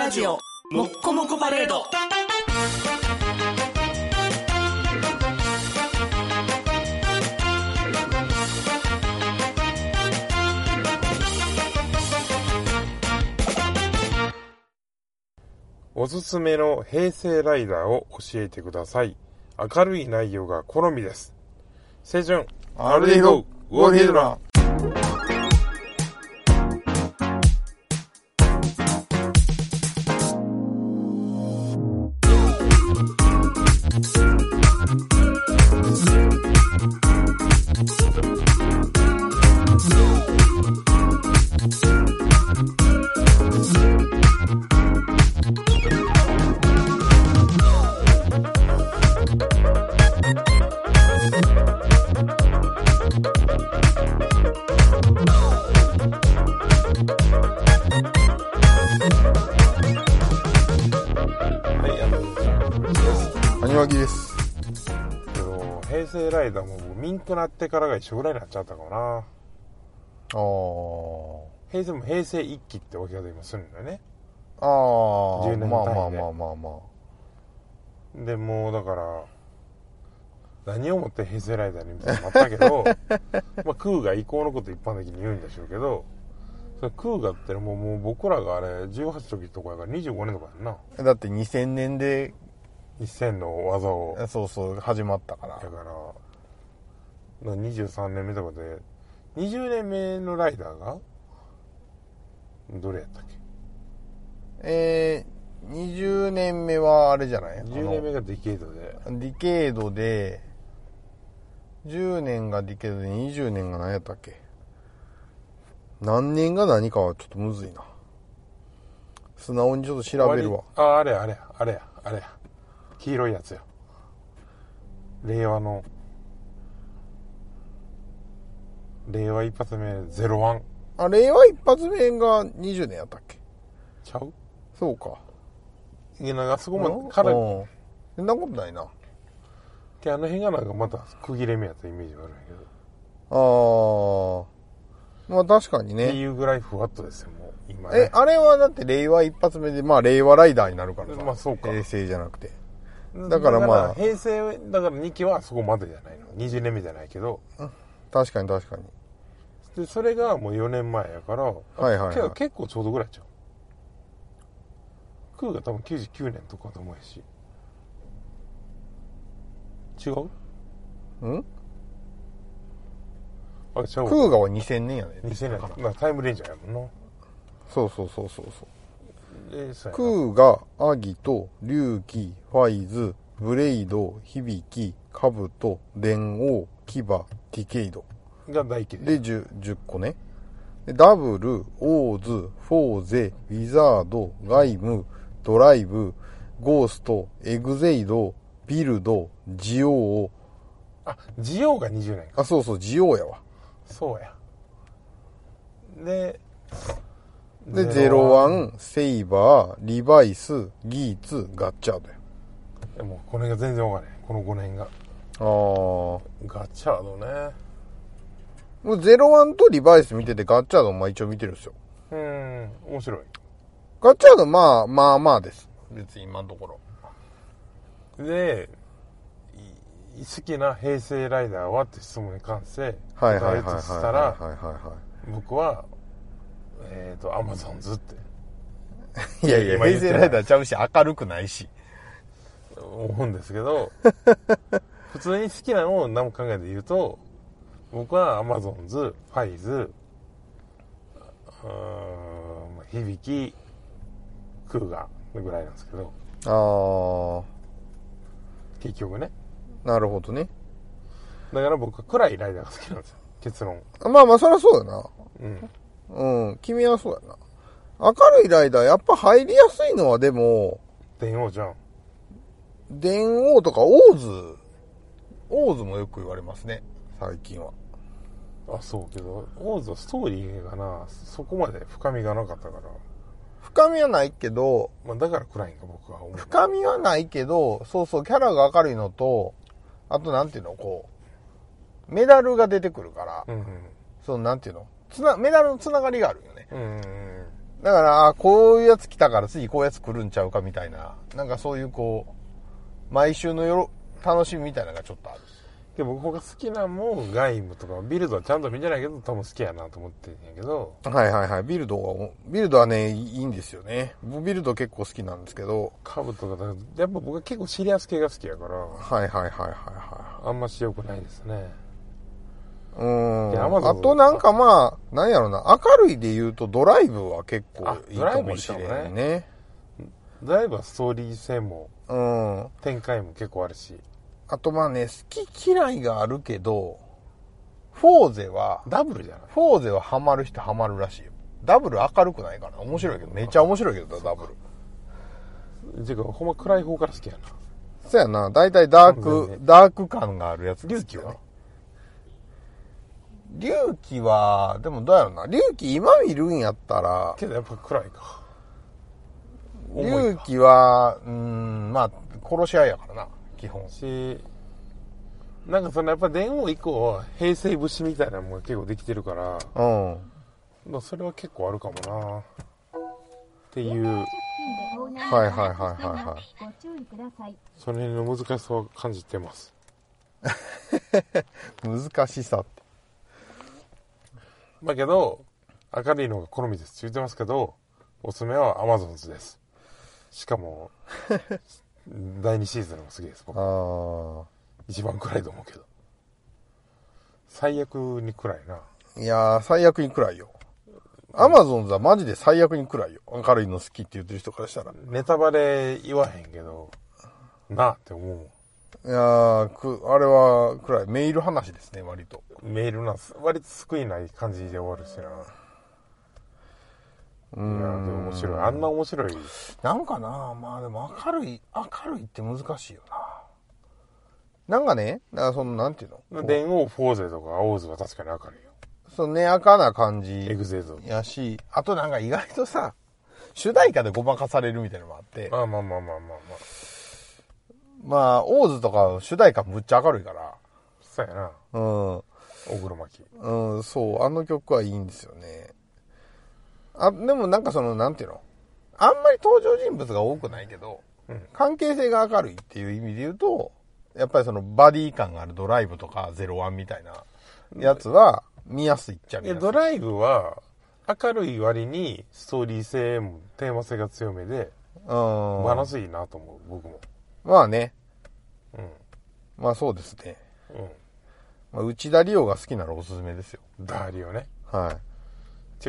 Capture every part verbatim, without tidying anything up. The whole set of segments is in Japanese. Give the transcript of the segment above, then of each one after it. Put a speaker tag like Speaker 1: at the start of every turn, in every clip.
Speaker 1: ラジオもっこもこパレード。
Speaker 2: おすすめの平成ライダーを教えてください。明るい内容が好みです。青春
Speaker 3: アルデヒドウォーヒドラ。
Speaker 2: 平成ライダーもミンクなってからが一緒ぐらいになっちゃったかもな。あ平成も平成一期って分け方今するんだよね。
Speaker 3: ああ
Speaker 2: じゅうねん単位で。
Speaker 3: まあまあまあまあま
Speaker 2: あでもうだから何をもって平成ライダーにみたいなのもあったけどまあクーガ以降のこと一般的に言うんでしょうけど、それクーガってもう、もう僕らがあれじゅうはちときとかやからにじゅうごねんとかやんな。
Speaker 3: だってにせんねんで
Speaker 2: せんの技を
Speaker 3: そうそう始まったから。
Speaker 2: だからにじゅうさんねんめとかでにじゅうねんめのライダーがどれやったっけ。
Speaker 3: えー、にじゅうねんめはあれじゃない。
Speaker 2: じゅうねんめがディケイドで
Speaker 3: ディケイドでじゅうねんがディケイドでにじゅうねんが何やったっけ。何年が何かはちょっとむずいな。素直にちょっと調べるわ。
Speaker 2: ああれあれあれやあれや黄色いやつよ。令和の令和一発目ゼロワン。
Speaker 3: あ、令和一発目がにじゅうねんやったっけ。
Speaker 2: ちゃう。
Speaker 3: そうか。
Speaker 2: いやなんかそこまでから
Speaker 3: そんなことないな。
Speaker 2: あの辺がなんかまた区切れ目やったイメージがあるんやけど。
Speaker 3: ああまあ確かにね。
Speaker 2: っていうぐらいふわっとですよもう今
Speaker 3: ね。えあれはだって令和一発目でまあ令和ライダーになるからさ。
Speaker 2: まあそうか。
Speaker 3: 平成じゃなくて。だからまあ
Speaker 2: だから平成だからにきはそこまでじゃないの。にじゅうねんめじゃないけど。
Speaker 3: うん、確かに確かに。
Speaker 2: でそれがもうよねんまえやから、はい
Speaker 3: はいはい、
Speaker 2: けど結構ちょうどぐらいちゃう。クーが多分きゅうじゅうきゅうねんとかと思うし。違う？
Speaker 3: うん？
Speaker 2: あれちゃう。
Speaker 3: クーガはにせんねんやね。
Speaker 2: にせんねんかな。タイムレンジャーやもんな。
Speaker 3: そうそうそうそうそう。
Speaker 2: でそう
Speaker 3: クーガ、アギト、龍騎、ファイズ、ブレイド、響き、カブト、電王、キバ、ディケイド
Speaker 2: が大嫌い
Speaker 3: で 10, 10個ね。でダブル、オーズ、フォーゼ、ウィザード、ガイム、ドライブ、ゴースト、エグゼイド、ビルド、ジオー。
Speaker 2: あ、ジオーがにじゅうねんか。
Speaker 3: あ、そうそう、ジオーやわ。
Speaker 2: そうや。で、
Speaker 3: で、ゼロワン、セイバー、リバイス、ギーツ、ガッチャードや。
Speaker 2: でもこれが全然わかんない。このごねんが。
Speaker 3: あー。
Speaker 2: ガッチャードね。
Speaker 3: もうゼロワンとリバイス見ててガッチャードも一応見てるんですよ。
Speaker 2: うーん、面白い。
Speaker 3: ガッチャードまあまあまあです。別に今のところ。
Speaker 2: で、好きな平成ライダーはって質問に関して
Speaker 3: はいはいはいはい
Speaker 2: 答えとしたら、
Speaker 3: はいはいはい。
Speaker 2: 僕は、えっと、アマゾンズって。
Speaker 3: いやいや、平成ライダーちゃうし、明るくないし。
Speaker 2: 思うんですけど、普通に好きなのを何も考えて言うと、僕はアマゾンズ、ファイズ、うーん、響き、クーガーぐらいなんですけど、
Speaker 3: あ
Speaker 2: 結局ね。
Speaker 3: ー、なるほどね。
Speaker 2: だから僕は暗いライダーが好きなんですよ、結論。
Speaker 3: まあまあ、そりゃそうだな。
Speaker 2: うん。
Speaker 3: うん、君はそうやな。明るいライダー、やっぱ入りやすいのはでも、
Speaker 2: 電王じゃん。
Speaker 3: 電王とかオーズ、オーズもよく言われますね、最近は。
Speaker 2: あ、そうけど、オーズはストーリーがな、そこまで深みがなかったから。
Speaker 3: 深みはないけど、
Speaker 2: まあだから暗いんか、僕は思う。
Speaker 3: 深みはないけど、そうそう、キャラが明るいのと、あとなんていうの、こう、メダルが出てくるから、
Speaker 2: うんうん、
Speaker 3: そのなんていうの、つな、メダルのつながりがあるよね。
Speaker 2: うんうん
Speaker 3: だから、あこういうやつ来たから次こういうやつ来るんちゃうかみたいな、なんかそういうこう、毎週のよろ楽しみみたいなのがちょっとある。
Speaker 2: で僕他好きなもんガイムとかビルドはちゃんと見てないけど多分好きやなと思ってんやけど、
Speaker 3: はいはいはい。ビルドは、ビルドはね、いいんですよね。僕ビルド結構好きなんですけど。
Speaker 2: カブとかだやっぱ僕は結構シリアス系が好きやから、
Speaker 3: はいはいはいはいは
Speaker 2: あんまし良くないですね。
Speaker 3: い。うーん。
Speaker 2: で Amazon
Speaker 3: あとなんかまあ、なんやろな、明るいで言うとドライブは結構いいかもしれないね。
Speaker 2: ドライブはストーリー性も
Speaker 3: うん。
Speaker 2: 展開も結構あるし、
Speaker 3: あとまあね、好き嫌いがあるけど、フォーゼは、
Speaker 2: ダブルじゃない
Speaker 3: フォーゼはハマる人ハマるらしいよ。ダブル明るくないかな。面白いけど、めっちゃ面白いけど、ダブル。
Speaker 2: てかほんま暗い方から好きやな。
Speaker 3: そうやな、だいたいダーク、ダーク感があるやつ。
Speaker 2: 龍騎は
Speaker 3: 龍騎は、でもどうやろな。龍騎今見るんやったら、
Speaker 2: けどやっぱ暗いか。
Speaker 3: 龍騎は、うーん、まあ、殺し合いやからな、基本。
Speaker 2: し、なんかそのやっぱ電王以降は平成武士みたいなのも結構できてるから、
Speaker 3: うん。
Speaker 2: まあそれは結構あるかもなっていう、
Speaker 3: はいはいはいはいはい。
Speaker 4: ご注意ください。
Speaker 2: その辺の難しさを感じてます。
Speaker 3: 難しさって。
Speaker 2: だけど、明るいのが好みですって言ってますけど、おすすめは Amazons です。しかも、だいにシーズンのもすげえです、僕。
Speaker 3: あ
Speaker 2: 一番暗いと思うけど。最悪に暗いな。
Speaker 3: あ。いやー、最悪に暗いよ。アマゾンズはマジで最悪に暗いよ。明るいの好きって言ってる人からしたら。
Speaker 2: ネタバレ言わへんけど、なあって思うもん。
Speaker 3: いやー、く、あれは暗い。メール話ですね、割と。
Speaker 2: メールなんす。割と救いない感じで終わるしな。
Speaker 3: うー
Speaker 2: いや、でも面白い。あんな面白い。
Speaker 3: なんかな、まあでも明るい、明るいって難しいよな。なんかね、だからその、なんていうの
Speaker 2: 電王、フォーゼとかアオーズは確かに明るいよ。
Speaker 3: そのねやかな感じ
Speaker 2: エグゼード。
Speaker 3: やし、あとなんか意外とさ、主題歌でごまかされるみたいなのもあって、
Speaker 2: まあまあまあまあまあまあ。
Speaker 3: まあ、オーズとか主題歌むっちゃ明るいから、
Speaker 2: そうやな。
Speaker 3: うん、
Speaker 2: 大黒摩季。
Speaker 3: うん、そう、あの曲はいいんですよね。あ、でもなんかその、なんていうのあんまり登場人物が多くないけど、
Speaker 2: うん、
Speaker 3: 関係性が明るいっていう意味で言うと、やっぱりそのバディ感があるドライブとかゼロワンみたいなやつは見やすいっちゃ見やすい。
Speaker 2: ドライブは明るい割にストーリー性もテーマ性が強めで、
Speaker 3: うん。
Speaker 2: バランスいいなと思う、僕も。
Speaker 3: まあね。
Speaker 2: うん。
Speaker 3: まあそうですね。
Speaker 2: うん。
Speaker 3: まあ、内田理央が好きならおすすめですよ。
Speaker 2: ダーリオね。
Speaker 3: はい。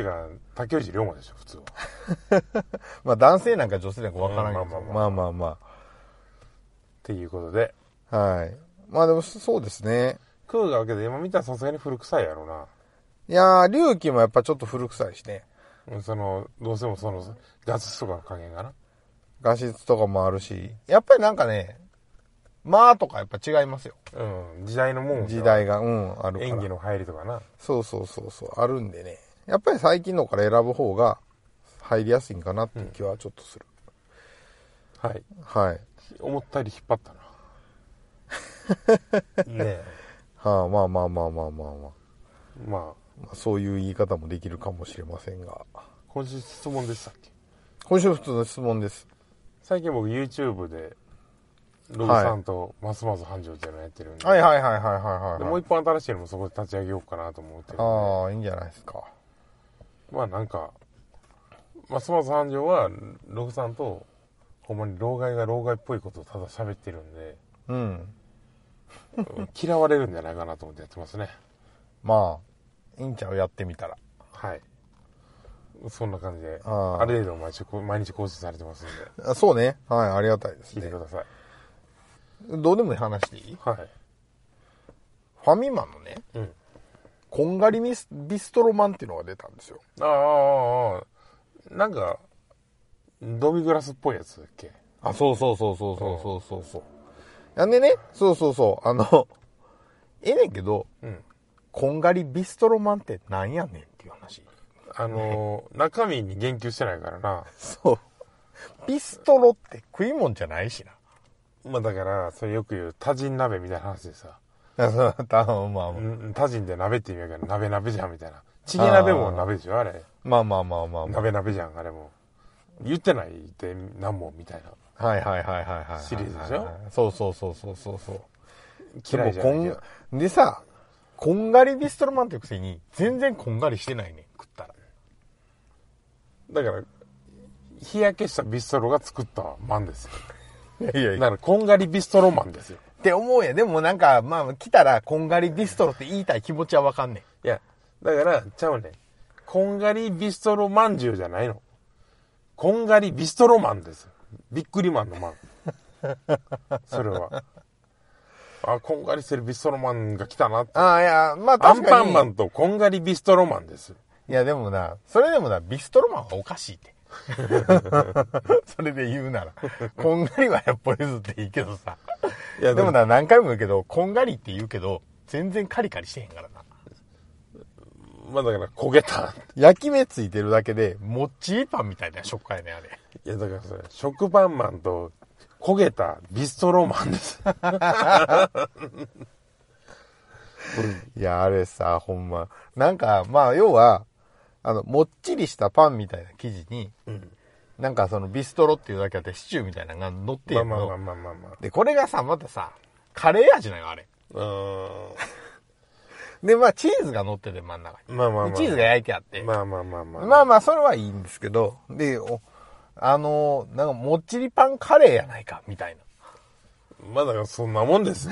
Speaker 2: 違う、竹内涼真でしょ、普通は。
Speaker 3: まあ男性なんか女性なんかわからんけど、
Speaker 2: うんまあまあ
Speaker 3: まあ
Speaker 2: まあ
Speaker 3: まあま
Speaker 2: っていうことで。
Speaker 3: あ。はい。まあでもそうですね。
Speaker 2: クーがわけで今見たらさすがに古臭いやろな。
Speaker 3: いやー、龍騎もやっぱちょっと古臭いしね。
Speaker 2: その、どうしてもその、ガスとかの加減がな。
Speaker 3: 画質とかもあるし、やっぱりなんかね、まあとかやっぱ違いますよ。
Speaker 2: うん。時代のもん。
Speaker 3: 時代が、うん、あるから。
Speaker 2: 演技の入りとかな。
Speaker 3: そうそうそうそう、あるんでね。やっぱり最近のから選ぶ方が入りやすいんかなっていう気はちょっとする。
Speaker 2: はい。
Speaker 3: はい。
Speaker 2: 思ったより引っ張ったな。ねえ。
Speaker 3: はあ、まあまあまあまあまあまあ。
Speaker 2: まあ、
Speaker 3: まあ、そういう言い方もできるかもしれませんが。
Speaker 2: 今週質問でしたっけ？
Speaker 3: 今週普通の質問です。
Speaker 2: 最近僕 YouTube で、ログさんとますます繁盛っていうのをやってるんで。
Speaker 3: はいはいはいはいはいはい、
Speaker 2: でもう一本新しいのもそこで立ち上げようかなと思ってるんで。
Speaker 3: ああ、いいんじゃないですか。
Speaker 2: まあなんか、ますます繁盛は、ログさんと、ほんまに老害が老害っぽいことをただ喋ってるんで、
Speaker 3: うん。
Speaker 2: 嫌われるんじゃないかなと思ってやってますね。
Speaker 3: まあ、いいんちゃうやってみたら。
Speaker 2: はい。そんな感じで、
Speaker 3: あ
Speaker 2: ある程度毎日毎日更新されてますんで。
Speaker 3: あそうね。はい、ありがたいですね。
Speaker 2: 聞いてください。
Speaker 3: どうでもいい話でいい？
Speaker 2: はい。
Speaker 3: ファミマのね、
Speaker 2: うん。
Speaker 3: こんがりビスビストロマンっていうのが出たんですよ。
Speaker 2: ああ、ああ、なんか、ドミグラスっぽいやつだっけ？
Speaker 3: あ、そうそうそうそうそうそうそうそう。なんでね、そうそうそう、あの、ええねんけど、
Speaker 2: うん。
Speaker 3: こんがりビストロマンってなんやねんっていう話。
Speaker 2: あのー、中身に言及してないからな。
Speaker 3: そう。ビストロって食い物じゃないしな。
Speaker 2: まあだから、それよく言う多人鍋みたいな話でさ。
Speaker 3: そう、たまあまあ、
Speaker 2: うん多人で鍋って意味やけど、鍋鍋じゃんみたいな。 チゲ鍋も鍋でしょあれ。
Speaker 3: まあまあまあまあ、まあ、
Speaker 2: 鍋鍋じゃんあれも。言ってないって何もみたいな。
Speaker 3: はいはいはいはいはい。
Speaker 2: シリーズでしょ。
Speaker 3: そうそうそうそうそうそう。
Speaker 2: 嫌いじゃないけど。
Speaker 3: でさ、こんがりビストロマンってくせに全然こんがりしてないね食ったら。
Speaker 2: だから日焼けしたビストロが作ったマンですよ。
Speaker 3: いやいやいや。
Speaker 2: だからこんがりビストロマンですよ。
Speaker 3: って思うや。でもなんかまあ来たらこんがりビストロって言いたい気持ちはわかんね
Speaker 2: ん。いやだからちゃうねん。こんがりビストロまんじゅうじゃないの。こんがりビストロマンですよ。びっくりマンのマン。それは。あ、こんがりしてるビストロマンが来たなって。
Speaker 3: ああ、いや、まあ
Speaker 2: 確かに。アンパン
Speaker 3: マ
Speaker 2: マンとこんがりビストロマンです。
Speaker 3: いや、でもな、それでもな、ビストロマンはおかしいって。それで言うなら。こんがりはやっぱりずっていいけどさ。いや、でもな、何回も言うけど、こんがりって言うけど、全然カリカリしてへんからな。
Speaker 2: まあだから焦げた。
Speaker 3: 焼き目ついてるだけで、もっちりパンみたいな食感やね、あれ。
Speaker 2: いや、だからそれ、食パンマンと焦げたビストロマンです。
Speaker 3: いや、あれさ、ほんま。なんか、まあ、要は、あの、もっちりしたパンみたいな生地に、うん、なんかそのビストロっていうだけあってシチューみたいなのが乗ってるの。
Speaker 2: まあまあまあまあまあ。
Speaker 3: で、これがさ、またさ、カレー味なのよ、あれ。
Speaker 2: うーん。
Speaker 3: で、まあ、チーズが乗ってて真ん中に。
Speaker 2: まあまあまあ。
Speaker 3: チーズが焼いてあって。
Speaker 2: まあまあまあまあ。
Speaker 3: まあまあ、それはいいんですけど、で、あの、なんか、もっちりパンカレーやないか、みたいな。
Speaker 2: まあだからそんなもんですよ。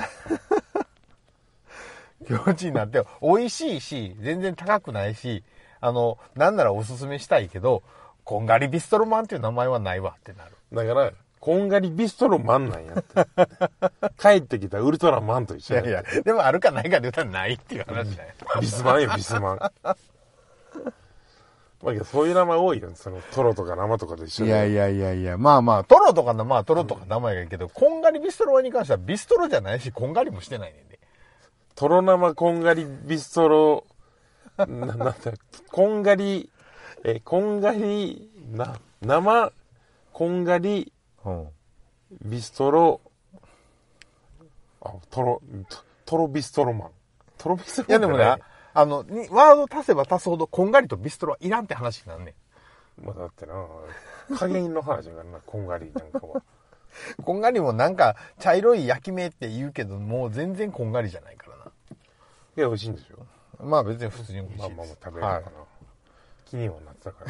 Speaker 3: 気持ちになって、美味しいし、全然高くないし、あの、なんならおすすめしたいけど、こんがりビストロマンっていう名前はないわってなる。
Speaker 2: だから、こんがりビストロマンなんやって。帰ってきたウルトラマンと一緒や。
Speaker 3: いやいや、でもあるかないかで言ったらないっていう話だよ。
Speaker 2: ビスマンよ、ビスマン。まあけどそういう名前多いよ。そのトロとか生とかと一緒で。
Speaker 3: いやいやいやいや、まあまあ、トロとかの、まあトロとか名前がいいけど、うん、こんがりビストロマンに関してはビストロじゃないし、こんがりもしてないねんで。
Speaker 2: トロ生こんがりビストロ、な、なんだ、こんがり、え、こんがり、な、生、こんがり、うん、ビストロ、あ、トロ、トロビストロマン。トロビストロマン。
Speaker 3: いやでもね、あの、ワード足せば足すほど、こんがりとビストロはいらんって話になんね
Speaker 2: ん。まあだってな、加減の話がな、こんがりなんかは。
Speaker 3: こんがりもなんか、茶色い焼き目って言うけど、もう全然こんがりじゃないからな。
Speaker 2: いや、美味しいんですよ。
Speaker 3: まあ別に普通に美味しいです。
Speaker 2: まあまあまあ食べれるかな。はい、気にはなってたから。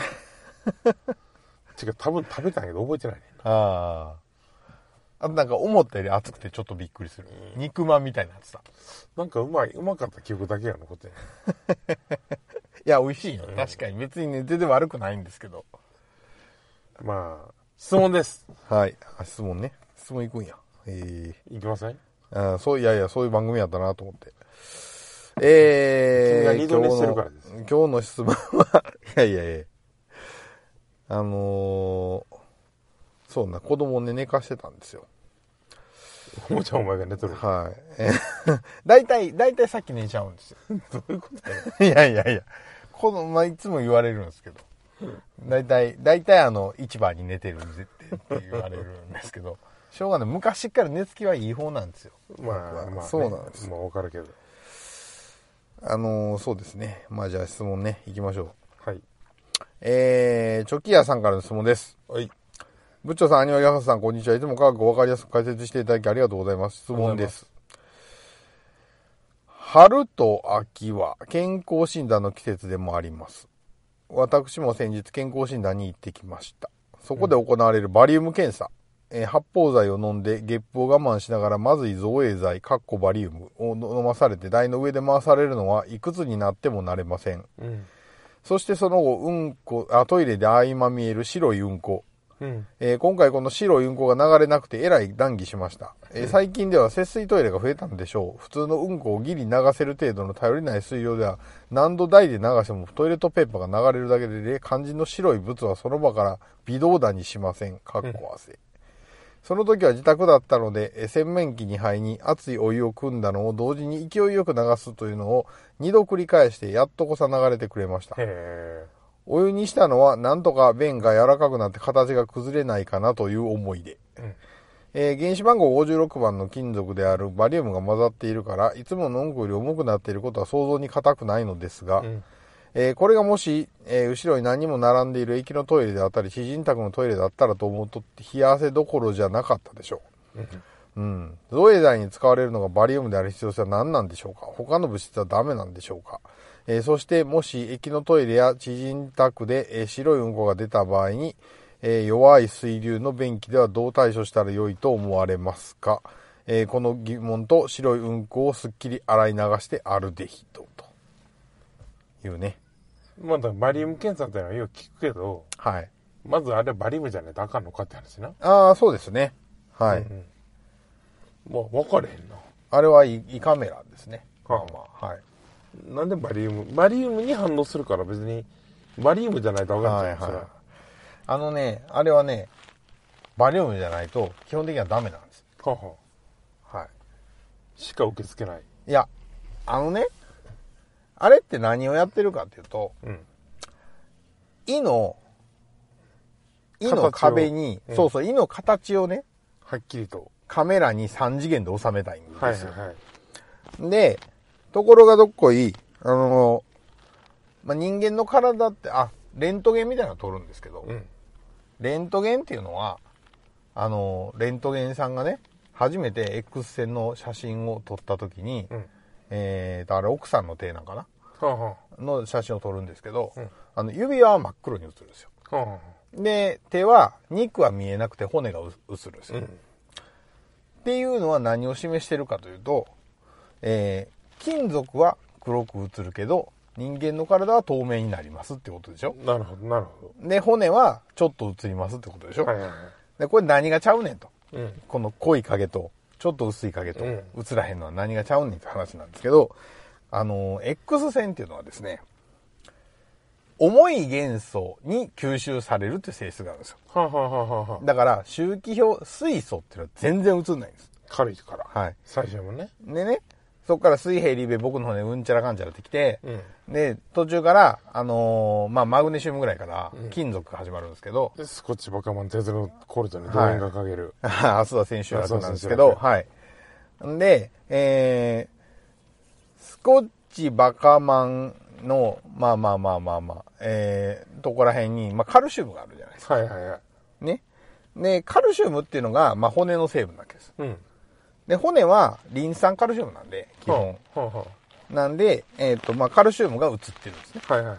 Speaker 2: 違う、多分食べたんやけど覚えてないね。
Speaker 3: ああ。あとなんか思ったより熱くてちょっとびっくりする。うん、肉まんみたいなやつさ。
Speaker 2: なんかうまい、うまかった記憶だけが残って
Speaker 3: る。いや、美味しいよ。確かに。別にね、全然悪くないんですけど。
Speaker 2: まあ、質問です。
Speaker 3: はい。あ、質問ね。質問いくんや。え
Speaker 2: ー。いきません？
Speaker 3: あ、そう、いやいや、そういう番組やったなと思って。えー、
Speaker 2: 君が二度寝してるからです。
Speaker 3: 今日の質問は、いやいやいや。あのー、そうな、子供をね、寝かしてたんですよ。
Speaker 2: おもちゃお前が寝とる。
Speaker 3: はい。えー、だいたい、だいたいさっき寝ちゃうんですよ。
Speaker 2: どういうことだよ。
Speaker 3: いやいやいや。子供、まあ、いつも言われるんですけど。だいたい、だいたいあの、一番に寝てるんでって言われるんですけど。しょうがない。昔から寝つきはいい方なんですよ。
Speaker 2: まあ、まあ、ね、
Speaker 3: そうなんです。
Speaker 2: まあ、わかるけど。
Speaker 3: あのー、そうですね。まあ、じゃあ質問ね、行きましょ
Speaker 2: う。はい。
Speaker 3: えー、チョキヤさんからの質問です。
Speaker 2: はい。
Speaker 3: 部長さん、アニワギャハさん、こんにちは。いつも科学をわかりやすく解説していただきありがとうございます。質問です。春と秋は健康診断の季節でもあります。私も先日健康診断に行ってきました。そこで行われるバリウム検査。えー、発泡剤を飲んでゲップを我慢しながらまずい造影剤、かっこバリウムを飲まされて台の上で回されるのはいくつになってもなれません。うん、そしてその後、うんこ、あ、トイレで合間見える白いうんこ。うんえー、今回この白いうんこが流れなくてえらい談義しました。えー、最近では節水トイレが増えたんでしょう。普通のうんこをギリ流せる程度の頼りない水量では何度台で流してもトイレットペーパーが流れるだけで肝心の白い物はその場から微動だにしません。かっこ汗。うんその時は自宅だったので、洗面器に入に熱いお湯を汲んだのを同時に勢いよく流すというのを二度繰り返してやっとこさ流れてくれました。へお湯にしたのはなんとか便が柔らかくなって形が崩れないかなという思いで。うんえー、原子番号ごじゅうろくばんの金属であるバリウムが混ざっているから、いつものうんこより重くなっていることは想像に難くないのですが、うんえー、これがもし、えー、後ろに何人も並んでいる駅のトイレであったり、知人宅のトイレだったらと思うと、冷や汗どころじゃなかったでしょう。うん。造影剤に使われるのがバリウムである必要性は何なんでしょうか。他の物質はダメなんでしょうか。えー、そしてもし駅のトイレや知人宅で、えー、白いうんこが出た場合に、えー、弱い水流の便器ではどう対処したらよいと思われますか。えー、この疑問と白いうんこをすっきり洗い流してアルデヒドというね。
Speaker 2: まだバリウム検査ってのはよく聞くけど、
Speaker 3: はい。
Speaker 2: まずあれバリウムじゃないとあかんのかって話な。
Speaker 3: ああ、そうですね。はい。
Speaker 2: うんうん、もう分かれへんな。
Speaker 3: あれは胃カメラですね。
Speaker 2: まあまあ。はい。なんでバリウムバリウムに反応するから別にバリウムじゃないと分かんないじゃん、はいはい。
Speaker 3: あのね、あれはね、バリウムじゃないと基本的にはダメなんです。
Speaker 2: はは。はい。しか受け付けない。
Speaker 3: いや、あのね、あれって何をやってるかっていうと、うん、胃の、胃の壁に、うん、そうそう、胃の形をね、
Speaker 2: はっきりと
Speaker 3: カメラにさん次元で収めたいんですよ。はいはいはい、で、ところがどっこい、あの、まあ、人間の体って、あ、レントゲンみたいなのを撮るんですけど、うん、レントゲンっていうのは、あの、レントゲンさんがね、初めて X 線の写真を撮った時に、うん、えーと、あれ奥さんの手なんかな、はあはあ、の写真を撮るんですけど、うん、あの指輪は真っ黒に写るんですよ。はあはあ、で、手は、肉は見えなくて骨が写るんですよ。うん、っていうのは何を示してるかというと、えー、金属は黒く写るけど、人間の体は透明になりますってことでしょ。
Speaker 2: なるほど、なるほ
Speaker 3: ど。で、骨はちょっと写りますってことでしょ。はいはいはい、で、これ何がちゃうねんと。うん、この濃い影と、ちょっと薄い影と、映らへんのは何がちゃうねんって話なんですけど、あの、X 線っていうのはですね、重い元素に吸収されるっていう性質があるんですよ。はははははだから、周期表、水素っていうのは全然映んないんです。
Speaker 2: 軽いから。
Speaker 3: はい。
Speaker 2: 最初もね。
Speaker 3: でね、そこから水平リベ僕の方でうんちゃらかんちゃらってきて、うん、で、途中から、あのー、まあ、マグネシウムぐらいから金属が始まるんですけど、
Speaker 2: うん、でスコッチバカマン鉄のコルトに動員がかける。
Speaker 3: はい、明日は千秋楽なんですけど、はい。で、えー、スコッチバカマンの、まあまあまあまあまあ、えー、とこら辺に、まあ、カルシウムがあるじゃないですか。はいはいはい。ね。で、カルシウムっていうのが、まあ、骨の成分なわけです。うん。で、骨はリン酸カルシウムなんで、基本。はあはあ、なんで、えっ、ー、と、まあ、カルシウムが映ってるんですね。はいはいはい。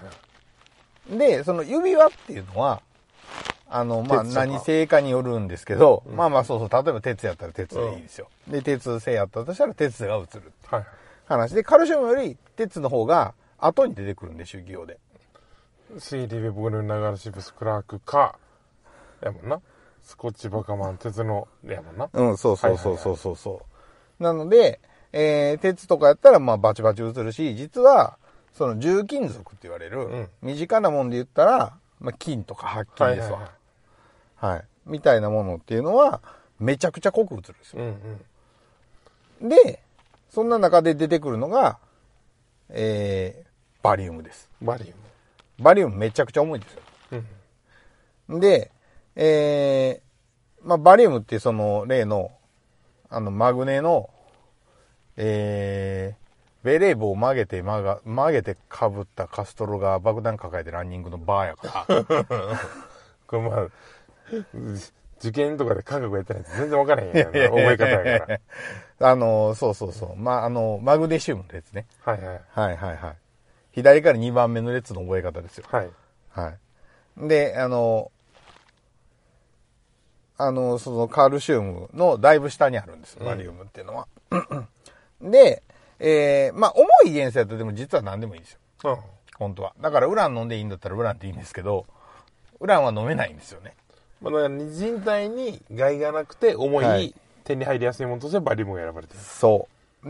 Speaker 3: で、その指輪っていうのは、あの、まあ、何製かによるんですけど、うん、まあまあそうそう、例えば鉄やったら鉄でいいですよ。うん、で、鉄製やったとしたら鉄が映るっていう話で、カルシウムより鉄の方が後に出てくるんで、周期表で。
Speaker 2: シーディベボルナガルシブスクラークか、やもんな。スコッチバカマン鉄のやもんな。
Speaker 3: うん、そうそうそうそうそうそう、はいはいはい。なので、えー、鉄とかやったらまあバチバチ映るし、実は、その重金属って言われる、うん、身近なもんで言ったら、まあ金とか白金ですわ。はいはいはい。はい。みたいなものっていうのは、めちゃくちゃ濃く映るんですよ。うんうん、で、そんな中で出てくるのが、えー、バリウムです。
Speaker 2: バリウム。
Speaker 3: バリウムめちゃくちゃ重いんですよ。うん、で、えー、まあ、バリウムってその例の、あの、マグネの、えー、ベレー帽を曲げて曲が、曲げて被ったカストロが爆弾抱えてランニングのバーやから。
Speaker 2: これまあ、受験とかで科学やってないと全然わからへんやん。覚え方やから。
Speaker 3: あの、そうそうそう。まあ、あの、マグネシウムの列ね。
Speaker 2: はいはい。
Speaker 3: はいはいはい。左からにばんめの列の覚え方ですよ。はい。はい。で、あの、あの、そのカルシウムのだいぶ下にあるんですよ、バリウムっていうのは。うん、で、えー、まあ、重い元素やったらでも実は何でもいいんですよ。うん。本当は。だからウラン飲んでいいんだったらウランっていいんですけど、ウランは飲めないんですよね。
Speaker 2: まあ、だから人体に害がなくて重い、はい、手に入りやすいものとしてバリウムが選ばれてる。
Speaker 3: そう。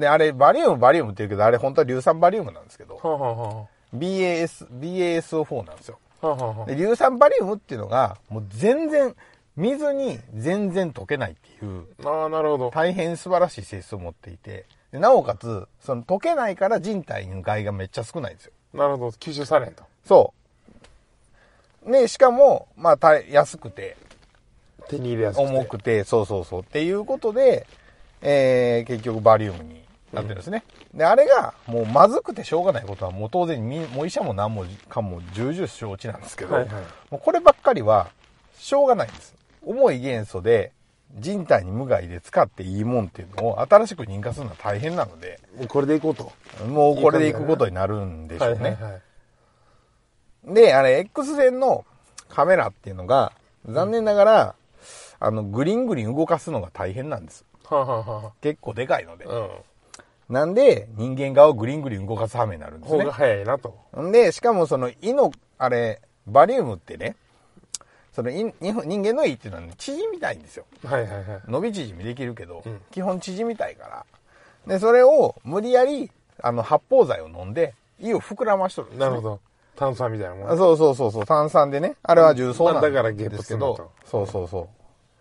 Speaker 3: で、あれ、バリウム、バリウムって言うけど、あれ本当は硫酸バリウムなんですけど、はあはあ、ビーエーエス、ビーエーエスオーフォー なんですよ。はあはあ、で硫酸バリウムっていうのが、もう全然、水に全然溶けないっていう、
Speaker 2: ああ、なるほど。
Speaker 3: 大変素晴らしい性質を持っていて、でなおかつ、その溶けないから人体の害がめっちゃ少ないんですよ。
Speaker 2: なるほど。吸収されんと。
Speaker 3: そう。で、しかも、まあ、安くて、
Speaker 2: 手に入れやすくて。
Speaker 3: 重くて、そうそうそう。っていうことで、えー、結局バリウムになってるんですね、うん、であれがもうまずくてしょうがないことはもう当然みもう医者も何もかも重々承知なんですけど、はいはい、もうこればっかりはしょうがないんです。重い元素で人体に無害で使っていいもんっていうのを新しく認可するのは大変なので、
Speaker 2: もうこれでいこうと、
Speaker 3: もうこれでいくことになるんでしょうね。
Speaker 2: はいはいはい、
Speaker 3: であれ X 線のカメラっていうのが残念ながら、うん、あのグリングリン動かすのが大変なんです。
Speaker 2: はあはあはあ、
Speaker 3: 結構でかいので、
Speaker 2: うん、
Speaker 3: なんで人間側をグリングリン動かす羽目になるんですね。
Speaker 2: 方が早いなと。
Speaker 3: でしかもその胃のあれバリウムってね、その人間の胃っていうのは、ね、縮みたいんですよ。
Speaker 2: はいはいはい、
Speaker 3: 伸び縮みできるけど、うん、基本縮みたいから。でそれを無理やりあの発泡剤を飲んで胃を膨らましとるんですね。
Speaker 2: なるほど。炭酸みたいなもん。
Speaker 3: そうそうそうそう、炭酸でね、あれは重曹なん
Speaker 2: ですけど、まあ、だからゲップ
Speaker 3: すけど、そうそうそう。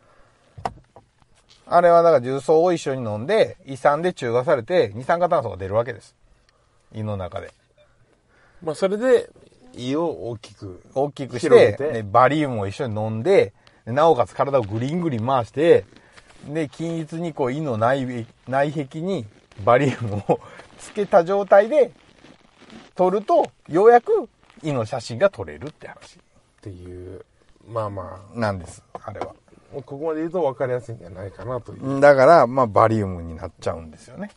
Speaker 3: あれはだから重曹を一緒に飲んで胃酸で中和されて二酸化炭素が出るわけです。胃の中で。
Speaker 2: まあそれで胃を大きく
Speaker 3: 大きくして、ね、バリウムを一緒に飲んで、なおかつ体をグリングリン回して、で均一にこう胃の内内壁にバリウムをつけた状態で撮るとようやく胃の写真が撮れるって話
Speaker 2: っていうまあま
Speaker 3: あなんです。あれは
Speaker 2: ここまで言うと分かりやすいんじゃないかなという。
Speaker 3: だからまあバリウムになっちゃうんですよね。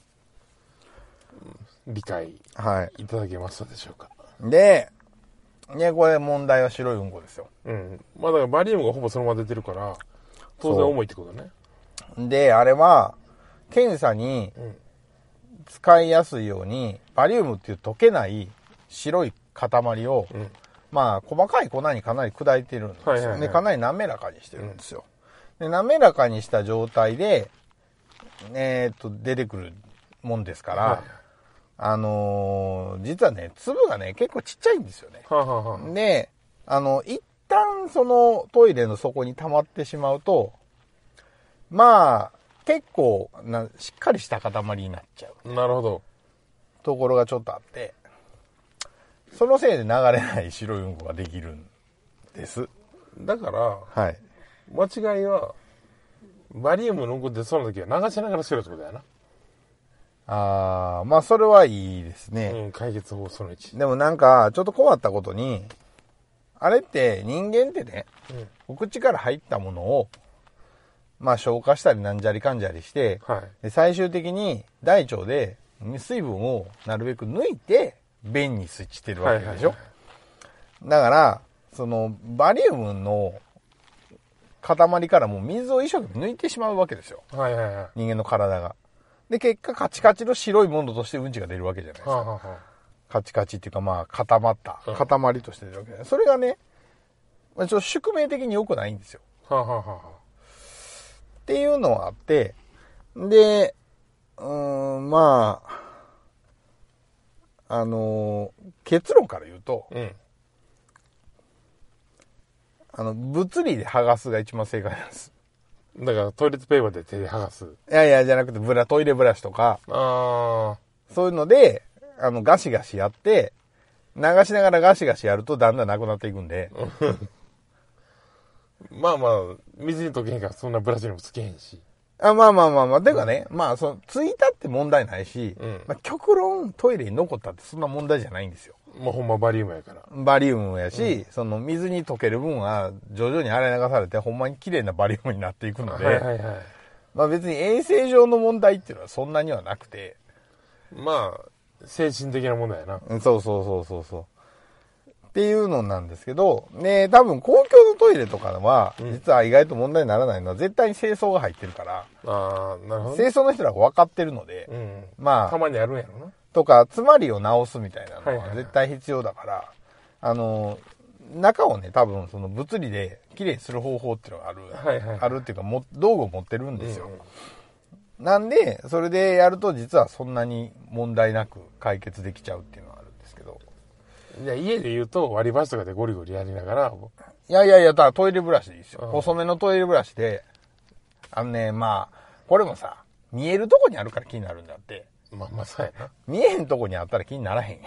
Speaker 2: 理解いただけましたでしょうか。
Speaker 3: はい、でね、これ問題は白いうんこですよ。
Speaker 2: うん。まあだからバリウムがほぼそのまま出てるから当然重いってことね。
Speaker 3: であれは検査に使いやすいようにバリウムっていう溶けない白い塊を、うん、まあ細かい粉にかなり砕いてるんですよ、はいはいはい、でかなり滑らかにしてるんですよ、うん、で滑らかにした状態でえー、っと出てくるもんですから、はい、あのー、実はね粒がね結構ちっちゃいんですよね、はあはあ、であの一旦そのトイレの底に溜まってしまうとまあ結構なしっかりした塊になっちゃう。
Speaker 2: なるほど。
Speaker 3: ところがちょっとあって、そのせいで流れない白いうんこができるんです。
Speaker 2: だから、
Speaker 3: はい、
Speaker 2: 間違いはバリウムのうんこ出そうな時は流しながらしろってことだよな。
Speaker 3: あー、まあそれはいいですね。
Speaker 2: うん、解決法そのいち。
Speaker 3: でもなんかちょっと困ったことに、あれって人間ってね、うん、お口から入ったものをまあ消化したりなんじゃりかんじゃりして、はい、で最終的に大腸で水分をなるべく抜いて便にスイッチしてるわけでしょ、はいはいはい、だからそのバリウムの塊からもう水を一生懸命抜いてしまうわけですよ、はいはいはい、人間の体が。で結果カチカチの白いものとしてうんちが出るわけじゃないですか、はあはあ、カチカチっていうかまあ固まった塊として出るわけで、それがねちょっと宿命的に良くないんですよ、はあはあはあ、っていうのはあって、で、うーん、まあ、あのー、結論から言うと、うん、あの、物理で剥がすが一番正解なんです。
Speaker 2: だからトイレットペーパーで手で剥がす。
Speaker 3: いやいや、じゃなくてブラ、トイレブラシとか、あそういうので、あの、ガシガシやって、流しながらガシガシやるとだんだんなくなっていくんで、
Speaker 2: まあまあ、水に溶けへんからそんなブラシにもつけへんし。
Speaker 3: あまあまあまあまあ、てかね、まあ、その、ついたって問題ないし、うん、まあ、極論トイレに残ったってそんな問題じゃないんですよ。
Speaker 2: まあほんまバリウムやから。
Speaker 3: バリウムやし、うん、その水に溶ける分は徐々に洗い流されてほんまに綺麗なバリウムになっていくので、はいはいはい、まあ別に衛生上の問題っていうのはそんなにはなくて。
Speaker 2: まあ、精神的な問題やな。
Speaker 3: そうそうそうそうそう。っていうのなんですけど、ね、多分公共のトイレとかは、実は意外と問題にならないのは、絶対に清掃が入ってるから、あなるほど、ね、清掃の人らが分かってるので、うん、まあ、
Speaker 2: たまにあるんやろな。
Speaker 3: とか、詰まりを直すみたいなのは絶対必要だから、はいはいはい、あの、中をね、多分その物理できれいにする方法っていうのがある、はいはいはい、あるっていうかも、道具を持ってるんですよ。うん、なんで、それでやると実はそんなに問題なく解決できちゃうっていうのはあるんですけど。
Speaker 2: いや、家で言うと割り箸とかでゴリゴリやりながら。
Speaker 3: いやいやいや、ただトイレブラシでいいですよ。細めのトイレブラシで、あのね、まあ、これもさ、見えるとこにあるから気になるんだって。
Speaker 2: まあまあそうやな。
Speaker 3: 見えへんとこにあったら気にならへん。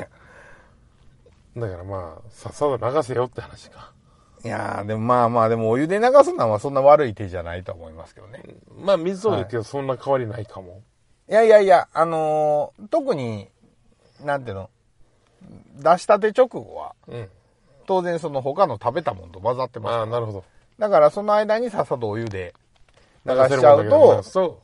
Speaker 2: だからまあ、さっさと流せよって話か。
Speaker 3: いやー、でもまあまあ、でもお湯で流すのはそんな悪い手じゃないと思いますけどね。
Speaker 2: まあ水を言うけどそんな変わりないかも。
Speaker 3: いやいやいや、あのー、特に、なんていうの、出したて直後は、うん、当然その他の食べたものと混ざってます。
Speaker 2: ああ、なるほど。
Speaker 3: だからその間にさっさとお湯で流しちゃうと、そう。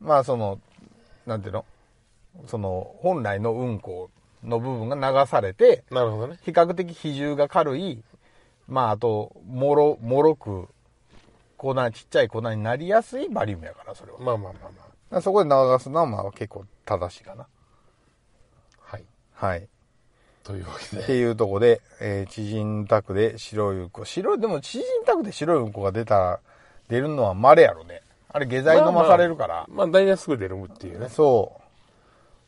Speaker 3: まあその、なんていうの、その本来のうんこの部分が流されて、
Speaker 2: なるほどね。
Speaker 3: 比較的比重が軽い、まああと、もろ、もろく、粉、ちっちゃい粉になりやすいバリウムやから、それは。
Speaker 2: まあまあまあ
Speaker 3: まあ。そこで流すのはまあ結構正しいかな。
Speaker 2: はい。
Speaker 3: はい。
Speaker 2: というわけで。
Speaker 3: っていうとこで、えー、知人宅で白いうんこ。白い、でも知人宅で白いうんこが出た、出るのは稀やろね。あれ下剤飲まされるから。まあ、
Speaker 2: まあ、大体すぐ出るっていうね。
Speaker 3: そう。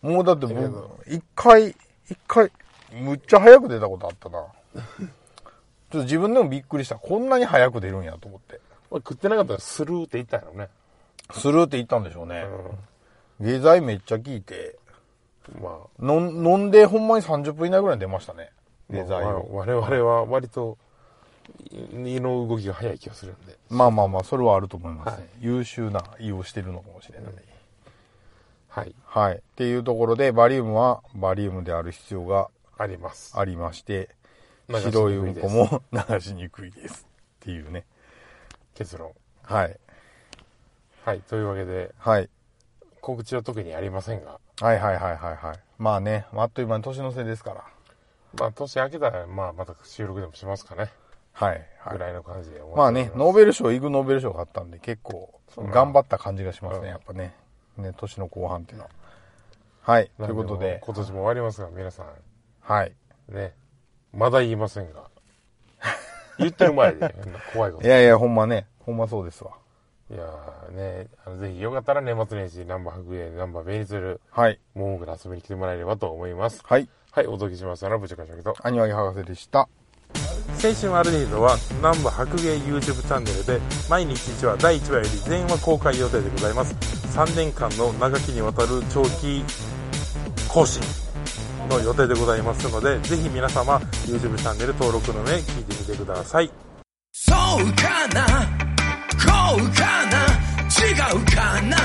Speaker 3: もうだって僕、一回、一回、むっちゃ早く出たことあったな。ちょっと自分でもびっくりした。こんなに早く出るんやと思って。
Speaker 2: 食ってなかったらスルーって言ったんやろね。
Speaker 3: スルーって言ったんでしょうね。うん、下剤めっちゃ効いて。まあ、の飲んでほんまにさんじゅっぷん以内ぐらいに出ましたね。下剤を。
Speaker 2: 我々は割と胃の動きが早い気がするんで。
Speaker 3: まあまあまあ、それはあると思います、ね。はい、優秀な胃をしてるのかもしれない。うん、
Speaker 2: はい。
Speaker 3: はい。っていうところで、バリウムはバリウムである必要が
Speaker 2: あります。
Speaker 3: ありまして、白いうんこも流しにくいです。っていうね。
Speaker 2: 結論。
Speaker 3: はい。
Speaker 2: はい。というわけで、
Speaker 3: はい。
Speaker 2: 告知は特にありませんが。
Speaker 3: はいはいはいはいはい。まあね、あっという間に年の瀬ですから。
Speaker 2: まあ年明けたら、まあまた収録でもしますかね。
Speaker 3: はい。はい、
Speaker 2: ぐらいの感じで思って
Speaker 3: まあね、ノーベル賞、イグノーベル賞があったんで、結構頑張った感じがしますね、やっぱね。ね、年の後半っていうのは。はい。ということで。
Speaker 2: 今年も終わりますが、皆さん。
Speaker 3: はい。
Speaker 2: ね。まだ言いませんが。言ってる前で、怖いこと。
Speaker 3: いやいや、ほんまね。ほんまそうですわ。
Speaker 2: いやーね、あのぜひよかったら年末年始、ナンバー白芸、ナンバーベニツル、
Speaker 3: はい。
Speaker 2: ももくで遊びに来てもらえればと思います。
Speaker 3: はい。
Speaker 2: はい、お届けしますのは、ぶちかしゃきと、
Speaker 3: アニワギ博士でした。
Speaker 2: 青春アルデヒドは、ナンバー白芸 YouTube チャンネルで、毎日いちわ、だいいちわより全話公開予定でございます。さんねんかんの長きにわたる長期更新の予定でございますので、ぜひ皆様、YouTube チャンネル登録の上、聞いてみてください。
Speaker 1: そうかなこうかな違うかな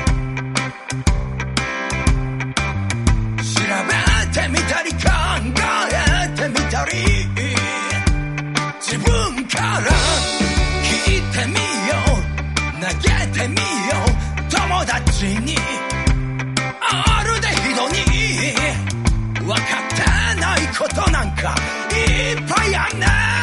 Speaker 1: 調べてみたり考えてみたり自分から聞いてみよう投げてみよう友達にあるでひどに分かってないことなんかいっぱいあんねん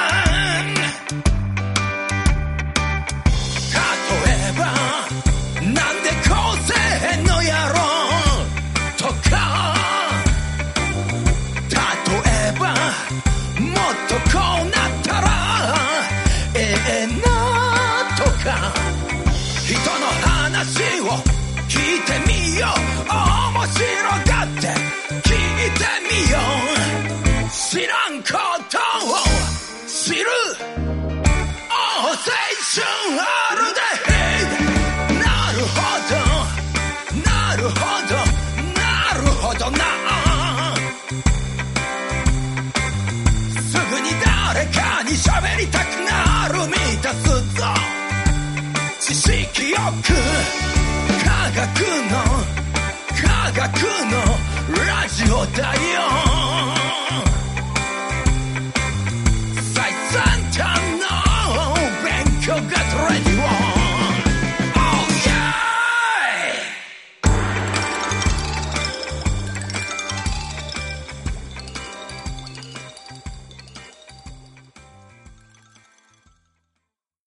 Speaker 1: 聞いてみよう面白がって聞いてみよう知らんことを知る青春あるでなるほどなるほどなるほどなすぐに誰かに喋りたくなる満たすぞ知識よく科学の科学のラジオだよ